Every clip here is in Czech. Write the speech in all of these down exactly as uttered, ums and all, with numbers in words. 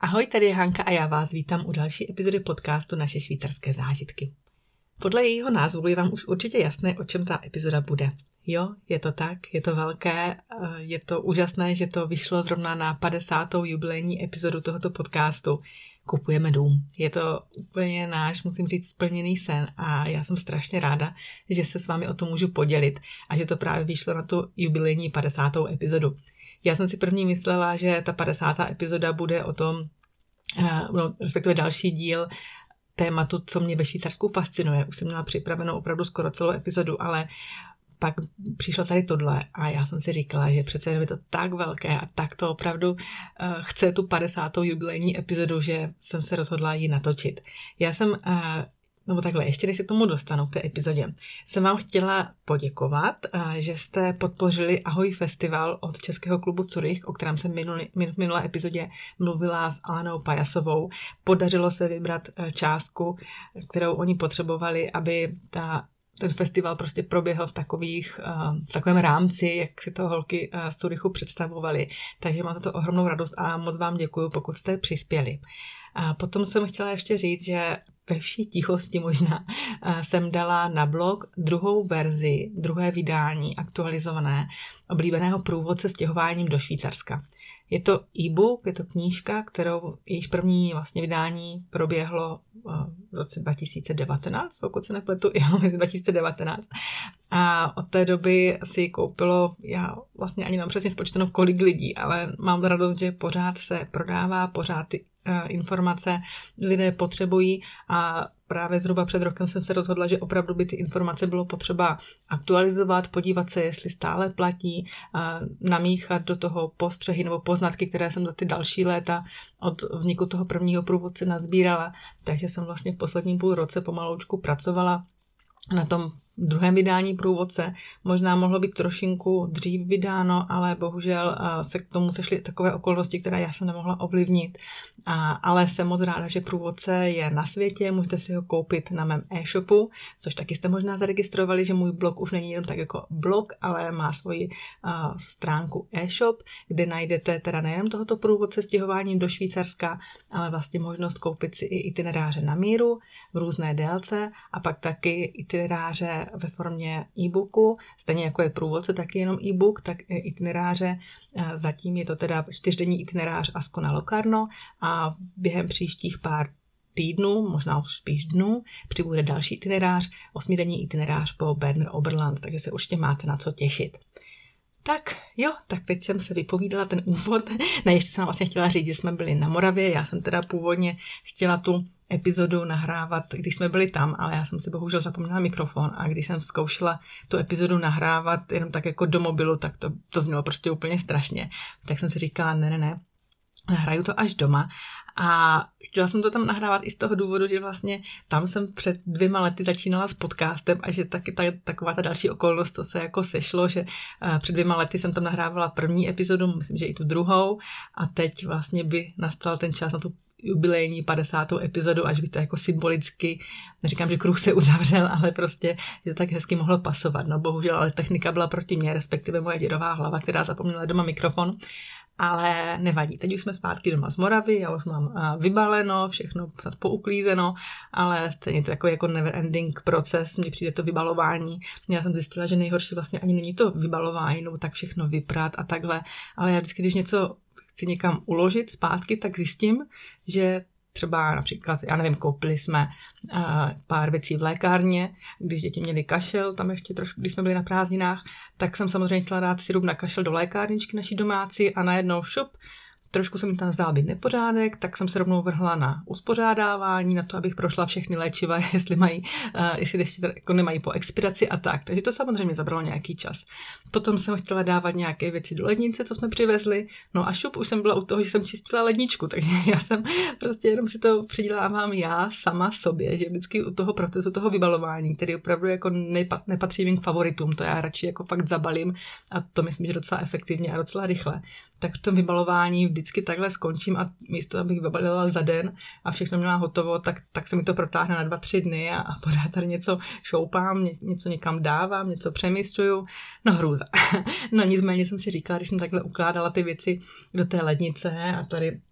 Ahoj, tady je Hanka a já vás vítám u další epizody podcastu Naše švýcarské zážitky. Podle jejího názvu je vám už určitě jasné, o čem ta epizoda bude. Jo, je to tak, je to velké, je to úžasné, že to vyšlo zrovna na padesátou jubilejní epizodu tohoto podcastu. Kupujeme dům. Je to úplně náš, musím říct, splněný sen a já jsem strašně ráda, že se s vámi o tom můžu podělit a že to právě vyšlo na tu jubilejní padesátou epizodu. Já jsem si první myslela, že ta padesátá epizoda bude o tom, no, respektive další díl tématu, co mě ve Švýcarsku fascinuje. Už jsem měla připravenou opravdu skoro celou epizodu, ale pak přišlo tady tohle a já jsem si říkala, že přece je to tak velké a tak to opravdu uh, chce tu padesátou jubilejní epizodu, že jsem se rozhodla ji natočit. Já jsem, uh, nebo takhle, ještě než se k tomu dostanu, k té epizodě, jsem vám chtěla poděkovat, uh, že jste podpořili Ahoj festival od Českého klubu Zurich, o kterém jsem minulý, v minulé epizodě mluvila s Alanou Pajasovou. Podařilo se vybrat uh, částku, kterou oni potřebovali, aby ta ten festival prostě proběhl v takových, v takovém rámci, jak si to holky z Curychu představovali. Takže mám za to ohromnou radost a moc vám děkuju, pokud jste přispěli. A potom jsem chtěla ještě říct, že ve vší tichosti možná jsem dala na blog druhou verzi, druhé vydání aktualizované oblíbeného průvodce stěhováním do Švýcarska. Je to e-book, je to knížka, kterou jejíž první vlastně vydání proběhlo v roce dva tisíce devatenáct, pokud se nepletu, jo, dva tisíce devatenáct. A od té doby si ji koupilo, já vlastně ani mám přesně spočteno kolik lidí, ale mám radost, že pořád se prodává, pořád ty informace lidé potřebují a právě zhruba před rokem jsem se rozhodla, že opravdu by ty informace bylo potřeba aktualizovat, podívat se, jestli stále platí, namíchat do toho postřehy nebo poznatky, které jsem za ty další léta od vzniku toho prvního průvodce nazbírala. Takže jsem vlastně v posledním půl roce pomaloučku pracovala na tom druhém vydání průvodce. Možná mohlo být trošinku dřív vydáno, ale bohužel se k tomu sešly takové okolnosti, které já jsem nemohla ovlivnit. A, ale jsem moc ráda, že průvodce je na světě, můžete si ho koupit na mém e-shopu, což taky jste možná zaregistrovali, že můj blog už není jenom tak jako blog, ale má svoji a, stránku e-shop, kde najdete teda nejen tohoto průvodce stěhováním do Švýcarska, ale vlastně možnost koupit si i itineráře na míru v různé délce a pak taky itineráře ve formě e-booku, stejně jako je průvodce, taky jenom e-book, tak itineráře. Zatím je to teda čtyřdenní itinerář Ascona Locarno a během příštích pár týdnů, možná už spíš dnů, přibude další itinerář, osmidenní itinerář po Berner Oberland, takže se určitě máte na co těšit. Tak jo, tak teď jsem se vypovídala ten úvod. Ne, ještě jsem vlastně chtěla říct, že jsme byli na Moravě, já jsem teda původně chtěla tu epizodu nahrávat, když jsme byli tam, ale já jsem si bohužel zapomněla mikrofon a když jsem zkoušela tu epizodu nahrávat jenom tak jako do mobilu, tak to, to znělo prostě úplně strašně. Tak jsem si říkala, ne, ne, ne, nahraju to až doma a chtěla jsem to tam nahrávat i z toho důvodu, že vlastně tam jsem před dvěma lety začínala s podcastem a že taky ta, taková ta další okolnost, co se jako sešlo, že uh, před dvěma lety jsem tam nahrávala první epizodu, myslím, že i tu druhou a teď vlastně by nastal ten čas na tu jubilejní padesátou epizodu, až by to jako symbolicky, neříkám, že kruh se uzavřel, ale prostě je to tak hezky mohlo pasovat. No bohužel, ale technika byla proti mně, respektive moje dědová hlava, která zapomněla doma mikrofon. Ale nevadí, teď už jsme zpátky doma z Moravy, já už mám vybaleno, všechno pouklízeno, ale stejně to jako, jako never ending proces, mně přijde to vybalování. Já jsem zjistila, že nejhorší vlastně ani není to vybalování, nebo tak všechno vyprát a takhle, ale já vždycky, když něco chci někam uložit zpátky, tak zjistím, že třeba například, já nevím, koupili jsme uh, pár věcí v lékárně, když děti měli kašel, tam ještě trošku, když jsme byli na prázdninách, tak jsem samozřejmě chtěla dát sirup na kašel do lékárničky naší domácí a najednou šup, trošku se mi tam zdál být nepořádek, tak jsem se rovnou vrhla na uspořádávání, na to, abych prošla všechny léčiva, jestli mají, uh, jestli ještě jako nemají po expiraci a tak. Takže to samozřejmě zabralo nějaký čas. Potom jsem chtěla dávat nějaké věci do lednice, co jsme přivezli. No a šup, už jsem byla u toho, že jsem čistila ledničku, takže já jsem prostě jenom si to přidělávám já sama sobě, že vždycky u toho procesu, toho vybalování, který opravdu jako nepat, nepatří mým favoritům, to já radši jako fakt zabalím a to myslím, že docela efektivně a docela rychle. Tak v tom vybalování vždycky takhle skončím a místo, abych vybalila za den a všechno měla hotovo, tak, tak se mi to protáhne na dva, tři dny a, a pořád tady něco šoupám, ně, něco někam dávám, něco přemysťuju. No hrůza. No nicméně jsem si říkala, když jsem takhle ukládala ty věci do té lednice a tady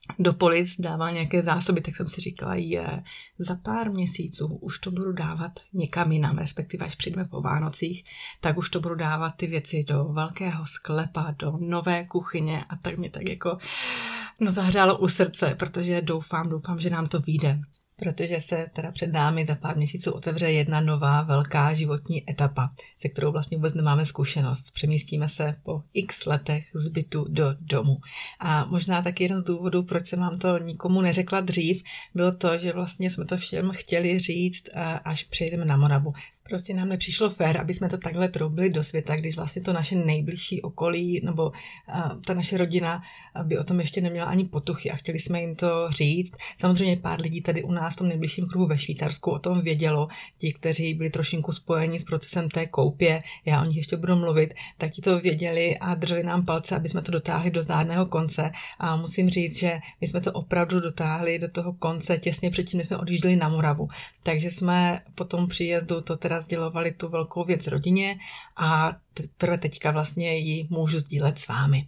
do polic dával nějaké zásoby, tak jsem si říkala, je, za pár měsíců už to budu dávat někam jinam, respektive až přijdeme po Vánocích, tak už to budu dávat ty věci do velkého sklepa, do nové kuchyně a tak mě tak jako no, zahřálo u srdce, protože doufám, doufám, že nám to vyjde. Protože se teda před námi za pár měsíců otevře jedna nová velká životní etapa, se kterou vlastně vůbec nemáme zkušenost. Přemístíme se po x letech z bytu do domu. A možná taky jeden z důvodů, proč jsem vám to nikomu neřekla dřív, bylo to, že vlastně jsme to všem chtěli říct, až přejdeme na Moravu. Prostě nám nepřišlo fér, aby jsme to takhle troubili do světa, když vlastně to naše nejbližší okolí nebo uh, ta naše rodina by o tom ještě neměla ani potuchy a chtěli jsme jim to říct. Samozřejmě pár lidí tady u nás v tom nejbližším kruhu ve Švýcarsku o tom vědělo, ti, kteří byli trošinku spojeni s procesem té koupě, já o nich ještě budu mluvit, tak ti to věděli a drželi nám palce, aby jsme to dotáhli do zdárného konce. A musím říct, že my jsme to opravdu dotáhli do toho konce těsně předtím, než jsme odjížděli na Moravu. Takže jsme po tom příjezdu to teda sdělovali tu velkou věc rodině a teprve teďka vlastně ji můžu sdílet s vámi.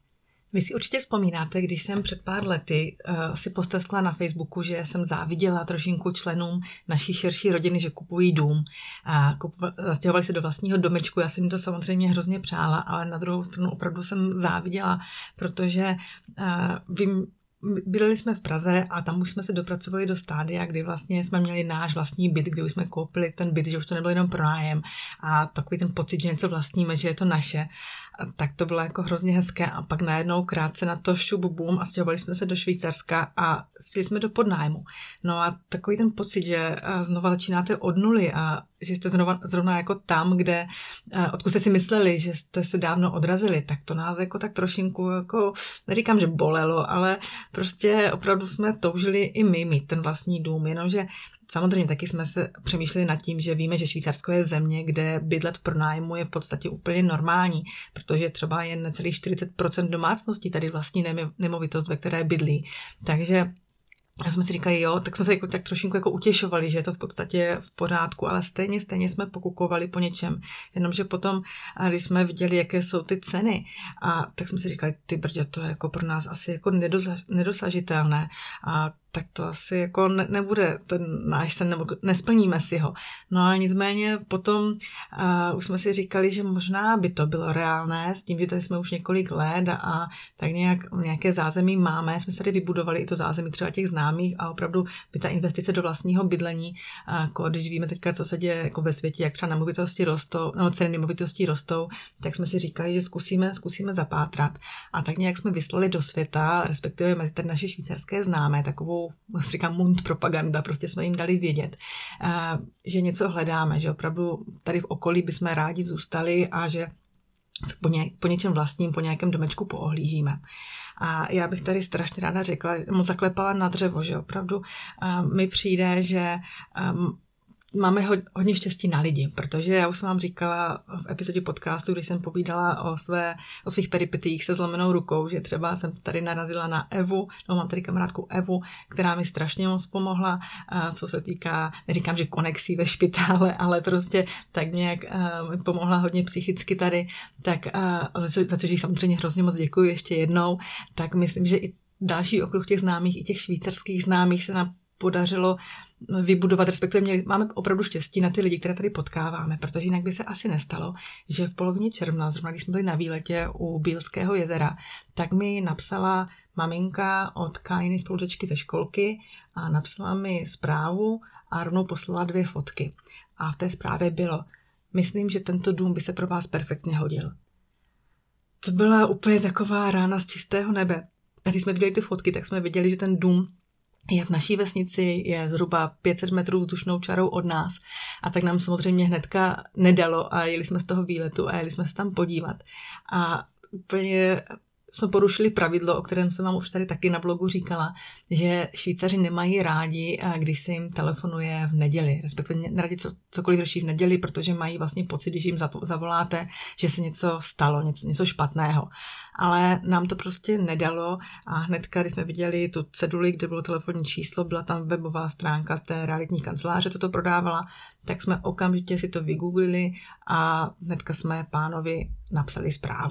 Vy si určitě vzpomínáte, když jsem před pár lety uh, si posteskla na Facebooku, že jsem záviděla trošinku členům naší širší rodiny, že kupují dům a kupu- stěhovali se do vlastního domečku. Já jsem jim to samozřejmě hrozně přála, ale na druhou stranu opravdu jsem záviděla, protože uh, vím, bydleli jsme v Praze a tam už jsme se dopracovali do stádia, kdy vlastně jsme měli náš vlastní byt, kdy už jsme koupili ten byt, že už to nebyl jenom pronájem a takový ten pocit, že něco vlastníme, že je to naše. A tak to bylo jako hrozně hezké a pak najednou krátce na to šup bum a stěhovali jsme se do Švýcarska a šli jsme do podnájmu. No a takový ten pocit, že znova začínáte od nuly a že jste zrovna, zrovna jako tam, kde, odkud jste si mysleli, že jste se dávno odrazili, tak to nás jako tak trošinku, jako, neříkám, že bolelo, ale prostě opravdu jsme toužili i my mít ten vlastní dům, jenomže samozřejmě taky jsme se přemýšleli nad tím, že víme, že Švýcarsko je země, kde bydlet v pronájmu je v podstatě úplně normální, protože třeba jen necelých čtyřicet procent domácností tady vlastní nemovitost, ve které bydlí. Takže já jsme si říkali, jo, tak jsme se jako, tak trošinku jako utěšovali, že je to v podstatě v pořádku, ale stejně, stejně jsme pokukovali po něčem. Jenomže potom, když jsme viděli, jaké jsou ty ceny, a tak jsme si říkali, ty brdě, to je jako pro nás asi jako nedosažitelné. A tak to asi jako ne, nebude ten náš sen, nebo nesplníme si ho. No ale nicméně potom uh, už jsme si říkali, že možná by to bylo reálné, s tím, že tady jsme už několik let a, a tak nějak, nějaké zázemí máme, jsme se tady vybudovali i to zázemí třeba těch známých a opravdu by ta investice do vlastního bydlení, uh, jako když víme teďka, co se děje jako ve světě, jak třeba nemovitosti rostou, nebo ceny nemovitostí rostou, tak jsme si říkali, že zkusíme, zkusíme zapátrat. A tak nějak jsme vyslali do světa, respektive mezi tady naše švýcarské známé, takovou říkám mund propaganda, prostě jsme jim dali vědět, že něco hledáme, že opravdu tady v okolí bychom rádi zůstali a že po, ně, po něčem vlastním, po nějakém domečku poohlížíme. A já bych tady strašně ráda řekla, mu zaklepala na dřevo, že opravdu mi přijde, že máme hodně štěstí na lidi, protože já už jsem vám říkala v epizodě podcastu, když jsem povídala o, své, o svých peripetích se zlomenou rukou, že třeba jsem tady narazila na Evu, no mám tady kamarádku Evu, která mi strašně moc pomohla, co se týká, neříkám, že konexí ve špitále, ale prostě tak nějak mi pomohla hodně psychicky tady, tak a za, co, za což jí samozřejmě hrozně moc děkuji ještě jednou, tak myslím, že i další okruh těch známých, i těch švýcarských známých se nám podařilo vybudovat, respektive měli, máme opravdu štěstí na ty lidi, které tady potkáváme, protože jinak by se asi nestalo, že v polovině června, zrovna když jsme byli na výletě u Bílského jezera, tak mi napsala maminka od Kájiny spolužečky ze školky a napsala mi zprávu a rovnou poslala dvě fotky. A v té zprávě bylo, myslím, že tento dům by se pro vás perfektně hodil. To byla úplně taková rána z čistého nebe. A když jsme viděli ty fotky, tak jsme viděli, že ten dům je v naší vesnici, je zhruba pět set metrů vzdušnou čarou od nás. A tak nám samozřejmě hnedka nedalo a jeli jsme z toho výletu a jeli jsme se tam podívat. A úplně jsme porušili pravidlo, o kterém jsem vám už tady taky na blogu říkala, že Švýcaři nemají rádi, když se jim telefonuje v neděli. Respektive neradi co, cokoliv řeší v neděli, protože mají vlastně pocit, když jim zavoláte, že se něco stalo, něco, něco špatného. Ale nám to prostě nedalo a hnedka, když jsme viděli tu ceduli, kde bylo telefonní číslo, byla tam webová stránka té realitní kanceláře, co to prodávala, tak jsme okamžitě si to vygooglili a hnedka jsme pánovi napsali zprávu.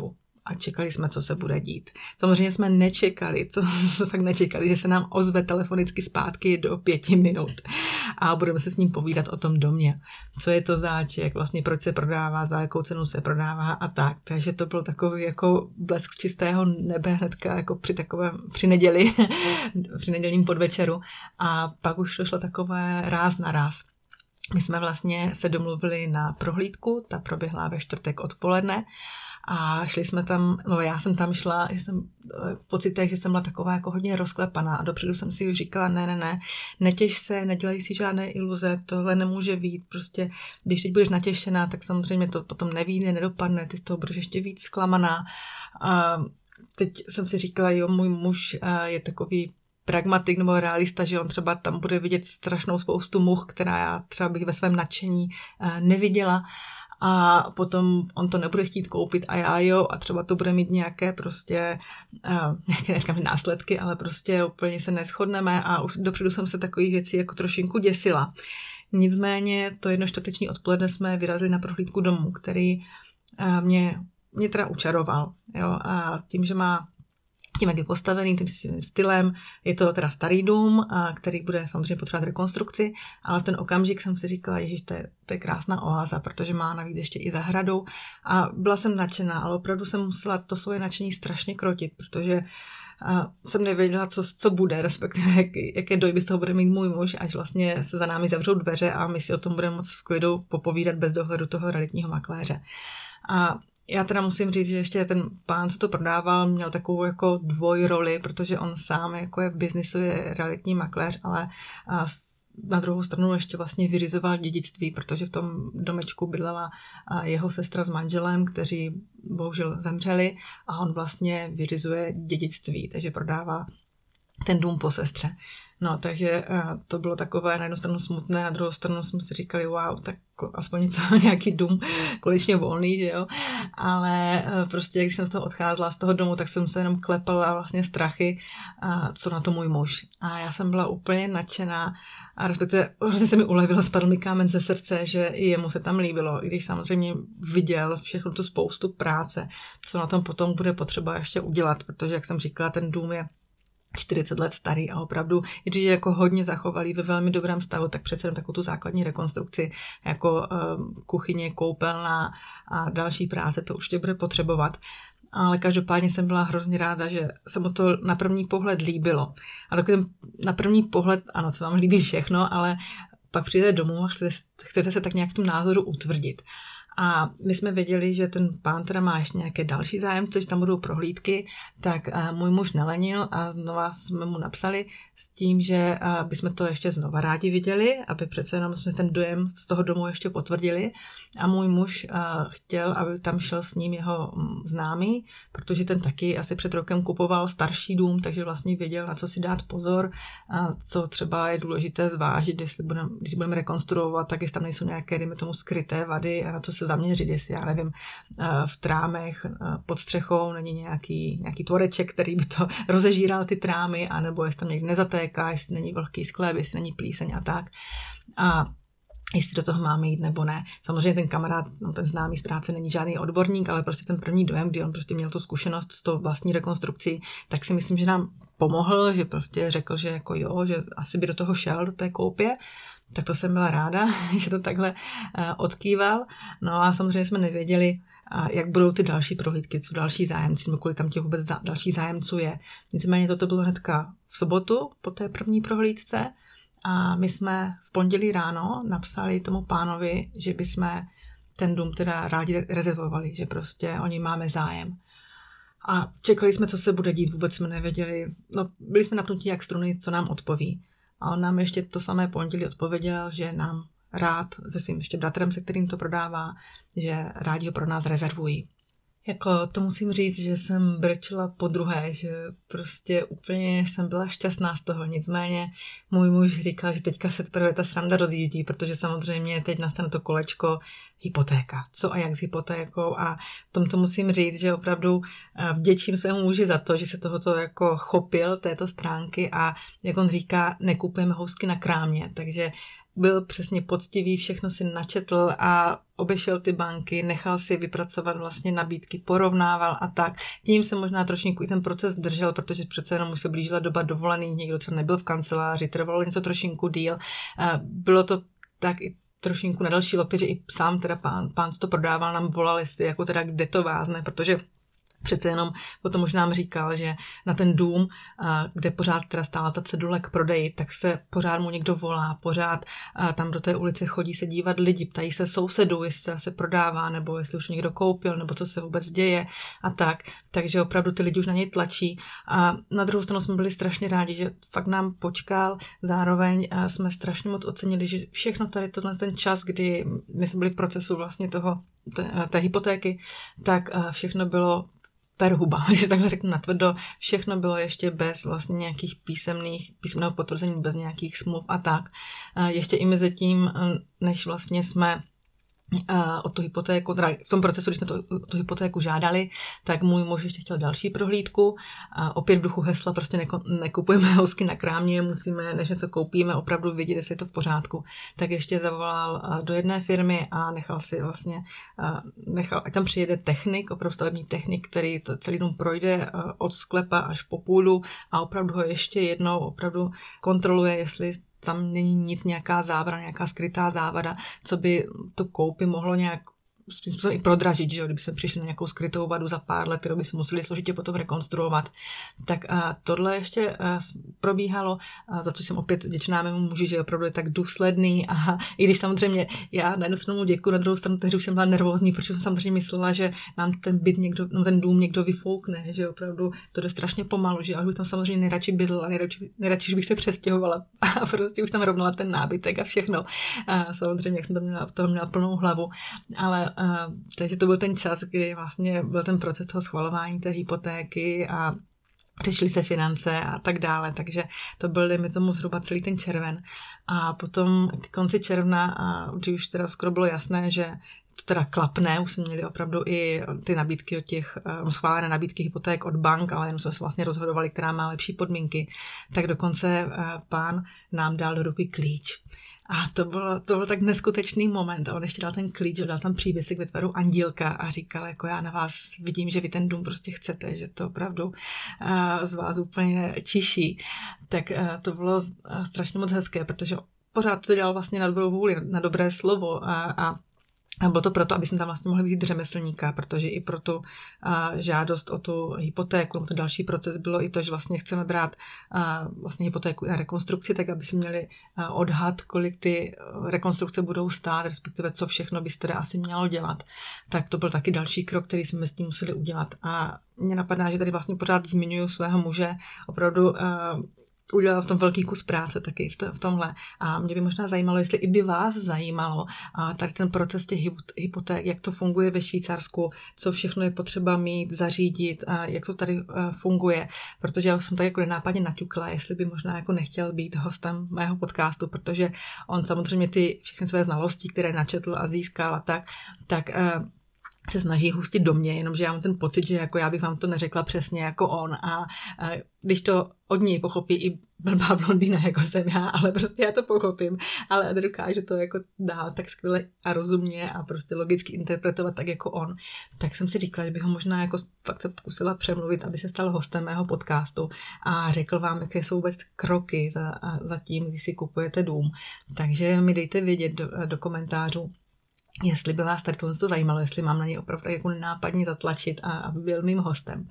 a čekali jsme, co se bude dít. Samozřejmě jsme nečekali, co jsme fakt nečekali, že se nám ozve telefonicky zpátky do pěti minut a budeme se s ním povídat o tom domě. Co je to záček, vlastně proč se prodává, za jakou cenu se prodává a tak. Takže to byl takový jako blesk z čistého nebe hnedka jako při takovém, při neděli, při nedělním podvečeru a pak už to šlo takové ráz na ráz. My jsme vlastně se domluvili na prohlídku, ta proběhla ve čtvrtek odpoledne a šli jsme tam, no já jsem tam šla, že jsem v pocitech, že jsem byla taková jako hodně rozklepaná a dopředu jsem si už říkala, ne, ne, ne, netěš se, nedělej si žádné iluze, tohle nemůže být, prostě když teď budeš natěšená, tak samozřejmě to potom nevíde, nedopadne, ty z toho budeš ještě víc zklamaná. A teď jsem si říkala, jo, můj muž je takový pragmatik nebo realista, že on třeba tam bude vidět strašnou spoustu much, která já třeba bych ve svém nadšení neviděla a potom on to nebude chtít koupit a já jo a třeba to bude mít nějaké prostě uh, nějaké neříkám následky, ale prostě úplně se neshodneme a už dopředu jsem se takových věcí jako trošinku děsila. Nicméně to jedno čtvrteční odpoledne jsme vyrazili na prohlídku domu, který uh, mě, mě teda učaroval. Jo? A tím, že má tím, jak je postavený, tím stylem, je to teda starý dům, který bude samozřejmě potřebovat rekonstrukci, ale v ten okamžik jsem si říkala, ježiš, to je, to je krásná oáza, protože má navíc ještě i zahradu a byla jsem nadšená, ale opravdu jsem musela to svoje nadšení strašně krotit, protože jsem nevěděla, co, co bude, respektive jak, jaké dojmy z toho bude mít můj muž, až vlastně se za námi zavřou dveře a my si o tom budeme moct v klidu popovídat bez dohledu toho realitního makléře. A já teda musím říct, že ještě ten pán, co to prodával, měl takovou jako dvojroli, protože on sám jako je v biznisu, je realitní makléř, ale na druhou stranu ještě vlastně vyřizoval dědictví, protože v tom domečku bydlela jeho sestra s manželem, kteří bohužel zemřeli a on vlastně vyřizuje dědictví, takže prodává ten dům po sestře. No, takže to bylo takové na jednu stranu smutné, na druhou stranu jsme si říkali, wow, tak aspoň něco, nějaký dům konečně volný, že jo. Ale prostě, když jsem z toho odcházela z toho domu, tak jsem se jenom klepala vlastně strachy, co na to můj muž. A já jsem byla úplně nadšená a respektive vlastně se mi ulevilo, spadl mi kámen ze srdce, že i jemu se tam líbilo, i když samozřejmě viděl všechno tu spoustu práce, co na tom potom bude potřeba ještě udělat, protože, jak jsem říkala, ten dům je čtyřicet let starý a opravdu, i když je jako hodně zachovalý ve velmi dobrém stavu, tak přece jenom takovou tu základní rekonstrukci jako uh, kuchyně, koupelna a další práce to určitě bude potřebovat. Ale každopádně jsem byla hrozně ráda, že se mu to na první pohled líbilo. A takový na první pohled, ano, se vám líbí všechno, ale pak přijdete domů a chcete, chcete se tak nějak v tom názoru utvrdit. A my jsme věděli, že ten pán teda má ještě nějaké další zájem, což tam budou prohlídky, tak můj muž nelenil a znova jsme mu napsali s tím, že bychom to ještě znova rádi viděli, aby přece jenom jsme ten dojem z toho domu ještě potvrdili. A můj muž chtěl, aby tam šel s ním jeho známý, protože ten taky asi před rokem kupoval starší dům, takže vlastně věděl, na co si dát pozor, a co třeba je důležité zvážit, jestli budeme, když budeme rekonstruovat, tak jestli tam nejsou nějaké, dejme tomu, skryté vady a na co se zaměřit, jestli, já nevím, v trámech pod střechou není nějaký, nějaký tvoreček, který by to rozežíral ty trámy, anebo jestli tam někde nezatéká, jestli není vlhký skléb, jestli není plíseň a tak. A jestli do toho máme jít nebo ne. Samozřejmě ten kamarád, no ten známý z práce není žádný odborník, ale prostě ten první dojem, kdy on prostě měl tu zkušenost s tou vlastní rekonstrukcí, tak si myslím, že nám pomohl, že prostě řekl, že jako jo, že asi by do toho šel, do té koupě. Tak to jsem byla ráda, že to takhle odkýval. No a samozřejmě jsme nevěděli, jak budou ty další prohlídky, co další zájemci, nebo kolik tam těch vůbec další zájemců je. Nicméně toto bylo hnedka v sobotu po té první prohlídce a my jsme v pondělí ráno napsali tomu pánovi, že bychom ten dům teda rádi rezervovali, že prostě o něj máme zájem. A čekali jsme, co se bude dít, vůbec jsme nevěděli, no byli jsme napnutí jak struny, co nám odpoví. A on nám ještě to samé pondělí odpověděl, že nám rád se svým ještě bratrem, se kterým to prodává, že rádi ho pro nás rezervují. Jako to musím říct, že jsem brečela po druhé, že prostě úplně jsem byla šťastná z toho. Nicméně můj muž říkal, že teďka se teprve ta sranda rozjíždí, protože samozřejmě teď nastane to kolečko hypotéka. Co a jak s hypotékou a tomto musím říct, že opravdu vděčím svému muži za to, že se tohoto jako chopil této stránky a jak on říká, nekupujeme housky na krámě, takže byl přesně poctivý, všechno si načetl a obešel ty banky, nechal si vypracovat vlastně nabídky, porovnával a tak. Tím se možná trošku i ten proces držel, protože přece jenom už se blížila doba dovolený, někdo třeba nebyl v kanceláři, trvalo něco trošinku díl. Bylo to tak i trošinku na další lopě, že i sám teda pán, pán, co to prodával, nám volal, jestli jako teda kde to vázne, protože přece jenom potom už nám říkal, že na ten dům, kde pořád teda stála ta cedule k prodeji, tak se pořád mu někdo volá, pořád tam do té ulice chodí se dívat lidi, ptají se sousedů, jestli se prodává, nebo jestli už někdo koupil, nebo co se vůbec děje a tak. Takže opravdu ty lidi už na něj tlačí. A na druhou stranu jsme byli strašně rádi, že fakt nám počkal, zároveň jsme strašně moc ocenili, že všechno tady tohle ten čas, kdy my jsme byli v procesu vlastně toho, té, té hypotéky, tak všechno bylo per huba, že takhle řeknu natvrdo, všechno bylo ještě bez vlastně nějakých písemných, písemného potvrzení, bez nějakých smluv a tak. Ještě i mezi tím, než vlastně jsme o tu hypotéku, teda v tom procesu, když jsme to, tu hypotéku žádali, tak můj muž ještě chtěl další prohlídku. A opět v duchu hesla prostě neko, nekupujeme housky na krámě, musíme, než něco koupíme, opravdu vidět, jestli je to v pořádku. Tak ještě zavolal do jedné firmy a nechal si vlastně, nechal, ať tam přijede technik, opravdu stavební technik, který to celý dům projde od sklepa až po půdu a opravdu ho ještě jednou opravdu kontroluje, jestli tam není nic, nějaká závada, nějaká skrytá závada, co by to koupy mohlo nějak i prodražit, že jo, kdyby jsme přišli na nějakou skrytou vadu za pár let, kterou by se museli složitě potom rekonstruovat. Tak a tohle ještě a, probíhalo, a za co jsem opět vděčná mému muži, že opravdu je tak důsledný a i když samozřejmě já na jednu stranu mu děkuju, na druhou stranu tehdy už jsem byla nervózní, protože jsem samozřejmě myslela, že nám ten byt někdo, no ten dům někdo vyfoukne, že opravdu to jde strašně pomalu, že já už tam samozřejmě nejradši bydlela, nejradši, nejradši bych se přestěhovala a prostě už tam rovnala ten nábytek a všechno. A samozřejmě, jak jsem tam měla, toho měla plnou hlavu, ale Uh, takže to byl ten čas, kdy vlastně byl ten proces toho schvalování té hypotéky a řešili se finance a tak dále, takže to byl, dejme tomu, zhruba celý ten červen. A potom k konci června, a když už teda skoro bylo jasné, že to teda klapne, už jsme měli opravdu i ty nabídky od těch, um, schválené nabídky hypoték od bank, ale jenom jsme se vlastně rozhodovali, která má lepší podmínky, tak dokonce uh, pán nám dal do ruky klíč. A to bylo, to byl tak neskutečný moment. A on ještě dal ten klíč, dal tam přívěsek ve tvaru andílka a říkal, jako já na vás vidím, že vy ten dům prostě chcete, že to opravdu uh, z vás úplně čiší. Tak uh, to bylo uh, strašně moc hezké, protože pořád to dělal vlastně na dobrou vůli, na dobré slovo a, a A bylo to proto, aby jsme tam vlastně mohli vzít řemeslníka, protože i pro tu a, žádost o tu hypotéku, ten další proces bylo i to, že vlastně chceme brát a, vlastně hypotéku na rekonstrukci, tak aby jsme měli a, odhad, kolik ty rekonstrukce budou stát, respektive co všechno by se teda asi mělo dělat. Tak to byl taky další krok, který jsme s tím museli udělat. A mě napadá, že tady vlastně pořád zmiňuji svého muže, opravdu a, udělal v tom velký kus práce taky v, to, v tomhle. A mě by možná zajímalo, jestli i by vás zajímalo a tady ten proces těch hypoték, jak to funguje ve Švýcarsku, co všechno je potřeba mít, zařídit, a jak to tady funguje. Protože já jsem tak jako nenápadně naťukla, jestli by možná jako nechtěl být hostem mého podcastu, protože on samozřejmě ty všechny své znalosti, které načetl a získal a tak, tak se snaží hustit do mě, jenomže já mám ten pocit, že jako já bych vám to neřekla přesně jako on a, a když to od něj pochopí i blbá blondýna, jako jsem já, ale prostě já to pochopím, ale dokáže to jako dát tak skvěle a rozumně a prostě logicky interpretovat tak jako on, tak jsem si říkala, že bych ho možná jako fakt se pokusila přemluvit, aby se stal hostem mého podcastu a řekl vám, jaké jsou vůbec kroky za, za tím, když si kupujete dům. Takže mi dejte vědět do, do komentářů, jestli by vás tady to zajímalo, jestli mám na něj opravdu tak jako nenápadně zatlačit a aby byl mým hostem.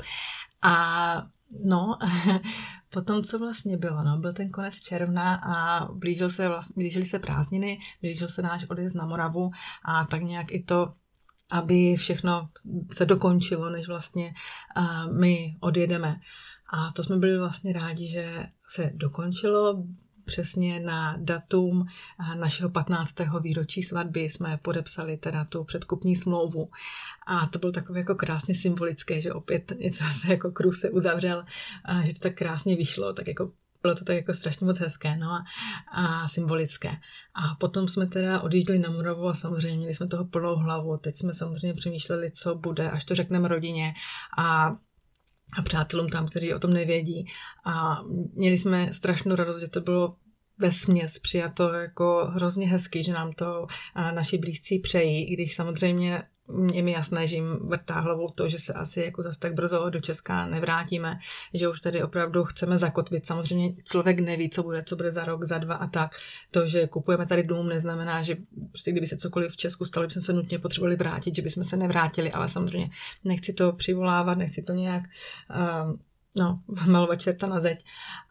A no, potom co vlastně bylo, no, byl ten konec června a blížil se vlastně, blížily se prázdniny, blížil se náš odjezd na Moravu a tak nějak i to, aby všechno se dokončilo, než vlastně uh, my odjedeme. A to jsme byli vlastně rádi, že se dokončilo. Přesně na datum našeho patnáctého výročí svatby jsme podepsali teda tu předkupní smlouvu. A to bylo takové jako krásně symbolické, že opět něco se jako kruh se uzavřel, že to tak krásně vyšlo, tak jako bylo to tak jako strašně moc hezké, no a, a symbolické. A potom jsme teda odjížděli na Moravu a samozřejmě měli jsme toho plnou hlavu. Teď jsme samozřejmě přemýšleli, co bude, až to řekneme rodině a a přátelům tam, kteří o tom nevědí. A měli jsme strašnou radost, že to bylo vesměs přijato jako hrozně hezky, že nám to naši blízcí přejí, i když samozřejmě je mi jasné, že jim vrtá hlavou to, že se asi jako zase tak brzo do Česka nevrátíme, že už tady opravdu chceme zakotvit. Samozřejmě člověk neví, co bude, co bude za rok, za dva a tak. To, že kupujeme tady dům, neznamená, že prostě kdyby se cokoliv v Česku stalo, bychom se nutně potřebovali vrátit, že bychom se nevrátili, ale samozřejmě nechci to přivolávat, nechci to nějak uh, no, malovat čerta na zeď,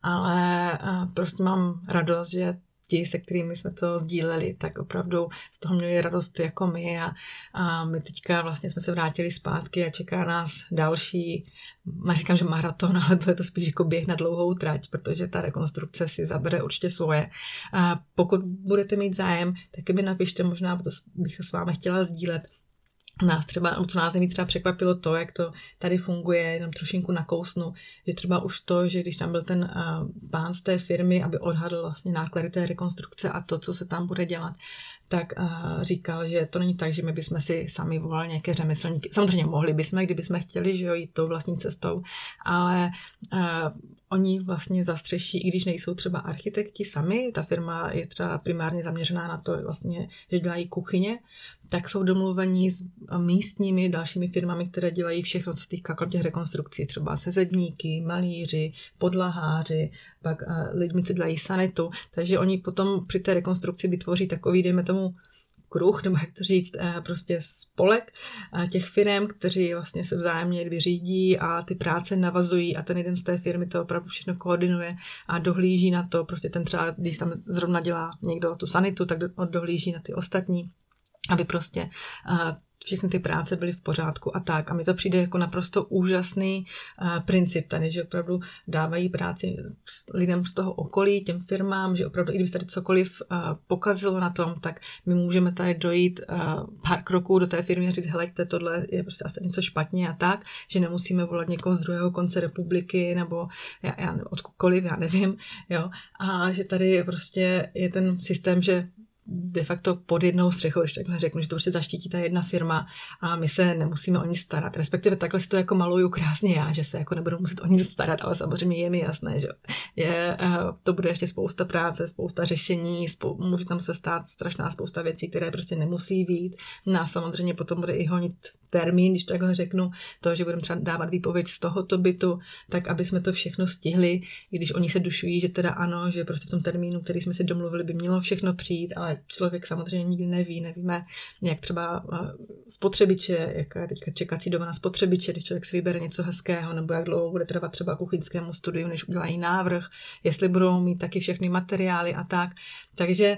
ale uh, prostě mám radost, že ti, se kterými jsme to sdíleli, tak opravdu z toho měli radost jako my a, a my teďka vlastně jsme se vrátili zpátky a čeká nás další, já říkám, že maraton, ale to je to spíš jako běh na dlouhou trať, protože ta rekonstrukce si zabere určitě svoje. A pokud budete mít zájem, taky mi napište, možná to bych to s vámi chtěla sdílet. Nás třeba, co nás nejvíc třeba překvapilo to, jak to tady funguje, jenom trošinku nakousnu, že třeba už to, že když tam byl ten uh, pán z té firmy, aby odhadl vlastně náklady té rekonstrukce a to, co se tam bude dělat, tak uh, říkal, že to není tak, že my bychom si sami volali nějaké řemeslníky. Samozřejmě mohli bychom, kdybychom chtěli, že jo, jít tou vlastní cestou, ale uh, oni vlastně zastřeší, i když nejsou třeba architekti sami, ta firma je třeba primárně zaměřená na to, vlastně, že dělají kuchyně, tak jsou domluvení s místními dalšími firmami, které dělají všechno, co se týká těch rekonstrukcí, třeba sezedníky, malíři, podlaháři, pak uh, lidmi, co dělají sanitu, takže oni potom při té rekonstrukci vytvoří takový, dejme tomu, kruh, nebo jak to říct, prostě spolek těch firem, kteří vlastně se vzájemně vyřídí a ty práce navazují a ten jeden z té firmy to opravdu všechno koordinuje a dohlíží na to, prostě ten třeba, když tam zrovna dělá někdo tu sanitu, tak dohlíží na ty ostatní, aby prostě všechny ty práce byly v pořádku a tak. A mi to přijde jako naprosto úžasný uh, princip tady, že opravdu dávají práci lidem z toho okolí, těm firmám, že opravdu, i kdyby se tady cokoliv uh, pokazilo na tom, tak my můžeme tady dojít uh, pár kroků do té firmy a říct, heleďte, tohle je prostě asi něco špatně a tak, že nemusíme volat někoho z druhého konce republiky nebo já, já, odkudkoliv, já nevím, jo. A že tady prostě je ten systém, že de facto pod jednou střechou, když takhle řeknu, že to prostě zaštítí ta jedna firma a my se nemusíme o ní starat. Respektive takhle si to jako maluju krásně já, že se jako nebudu muset o ní starat, ale samozřejmě je mi jasné, že je, to bude ještě spousta práce, spousta řešení, spou- může tam se stát strašná spousta věcí, které prostě nemusí být. No a samozřejmě potom bude i honit termín, když takhle řeknu, to, že budeme třeba dávat výpověď z tohoto bytu, tak aby jsme to všechno stihli, i když oni se dušují, že teda ano, že prostě v tom termínu, který jsme si domluvili, by mělo všechno přijít, ale člověk samozřejmě nikdy neví, nevíme, jak třeba spotřebiče, jaká je teďka čekací doba na spotřebiče, když člověk si vybere něco hezkého, nebo jak dlouho bude trvat třeba kuchyňskému studiu, než udělají návrh, jestli budou mít taky všechny materiály a tak. Takže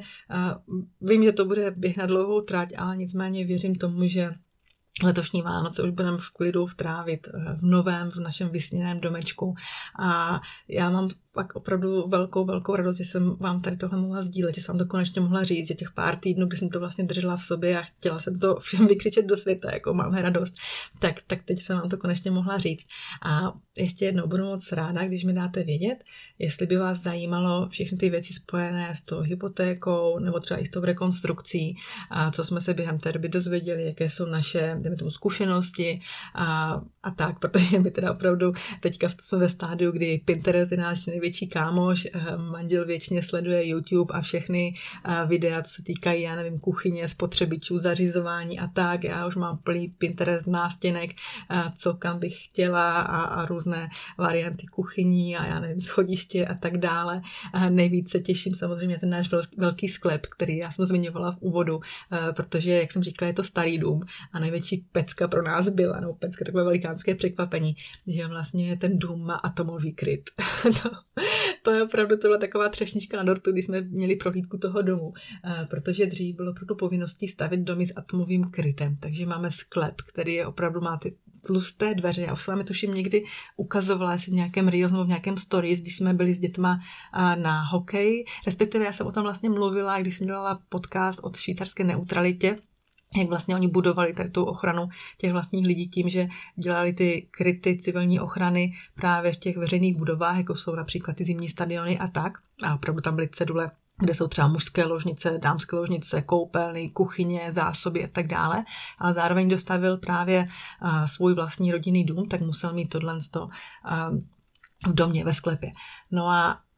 uh, vím, že to bude běh na dlouhou trať, ale nicméně věřím tomu, že letošní Vánoce už budeme v klidu trávit v novém, v našem vysněném domečku a já mám pak opravdu velkou, velkou radost, že jsem vám tady tohle mohla sdílet, že jsem vám to konečně mohla říct, že těch pár týdnů, kdy jsem to vlastně držela v sobě a chtěla jsem to všem vykřičet do světa, jako máme radost, tak, tak teď jsem vám to konečně mohla říct. A ještě jednou budu moc ráda, když mi dáte vědět, jestli by vás zajímalo všechny ty věci spojené s tou hypotékou nebo třeba i s tou rekonstrukcí, a co jsme se během té doby dozvěděli, jaké jsou naše, dejme tomu, zkušenosti a, a tak, protože my teda opravdu teďka jsme ve stádiu, kdy Pinterest je náš největší kámoš, manžel věčně sleduje YouTube a všechny videa, co se týkají, já nevím, kuchyně, spotřebičů, zařizování a tak. Já už mám plný Pinterest nástěnek, co kam bych chtěla a, a různé varianty kuchyní a já nevím, schodiště a tak dále. A nejvíc se těším samozřejmě ten náš velký sklep, který já jsem zmiňovala v úvodu, protože, jak jsem říkala, je to starý dům a největší pecka pro nás byla, no pecka, takové velikánské překvapení, že vlastně ten dům má atomový kryt. to, to je opravdu tohle taková třešnička na dortu, když jsme měli prohlídku toho domu, protože dřív bylo opravdu povinností stavět domy s atomovým krytem, takže máme sklep, který je opravdu, má ty tlusté dveře. Já už vám tuším někdy ukazovala si v nějakém reels nebo v nějakém stories, když jsme byli s dětma na hokej, respektive já jsem o tom vlastně mluvila, když jsem dělala podcast o švýcarské neutralitě, jak vlastně oni budovali tady tu ochranu těch vlastních lidí tím, že dělali ty kryty civilní ochrany právě v těch veřejných budovách, jako jsou například ty zimní stadiony a tak. A opravdu tam byly cedule, kde jsou třeba mužské ložnice, dámské ložnice, koupelny, kuchyně, zásoby a tak dále. Ale zároveň dostavil právě uh, svůj vlastní rodinný dům, tak musel mít tohle uh, v domě, ve sklepě. No a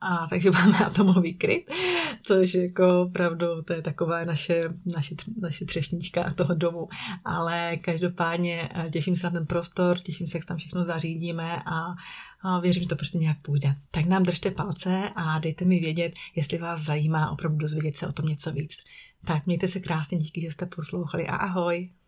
A takže máme atomový kryt, což jako opravdu to je taková naše, naše, naše třešnička toho domu. Ale každopádně těším se na ten prostor, těším se, jak tam všechno zařídíme a, a věřím, že to prostě nějak půjde. Tak nám držte palce a dejte mi vědět, jestli vás zajímá opravdu dozvědět se o tom něco víc. Tak mějte se krásně, díky, že jste poslouchali a ahoj.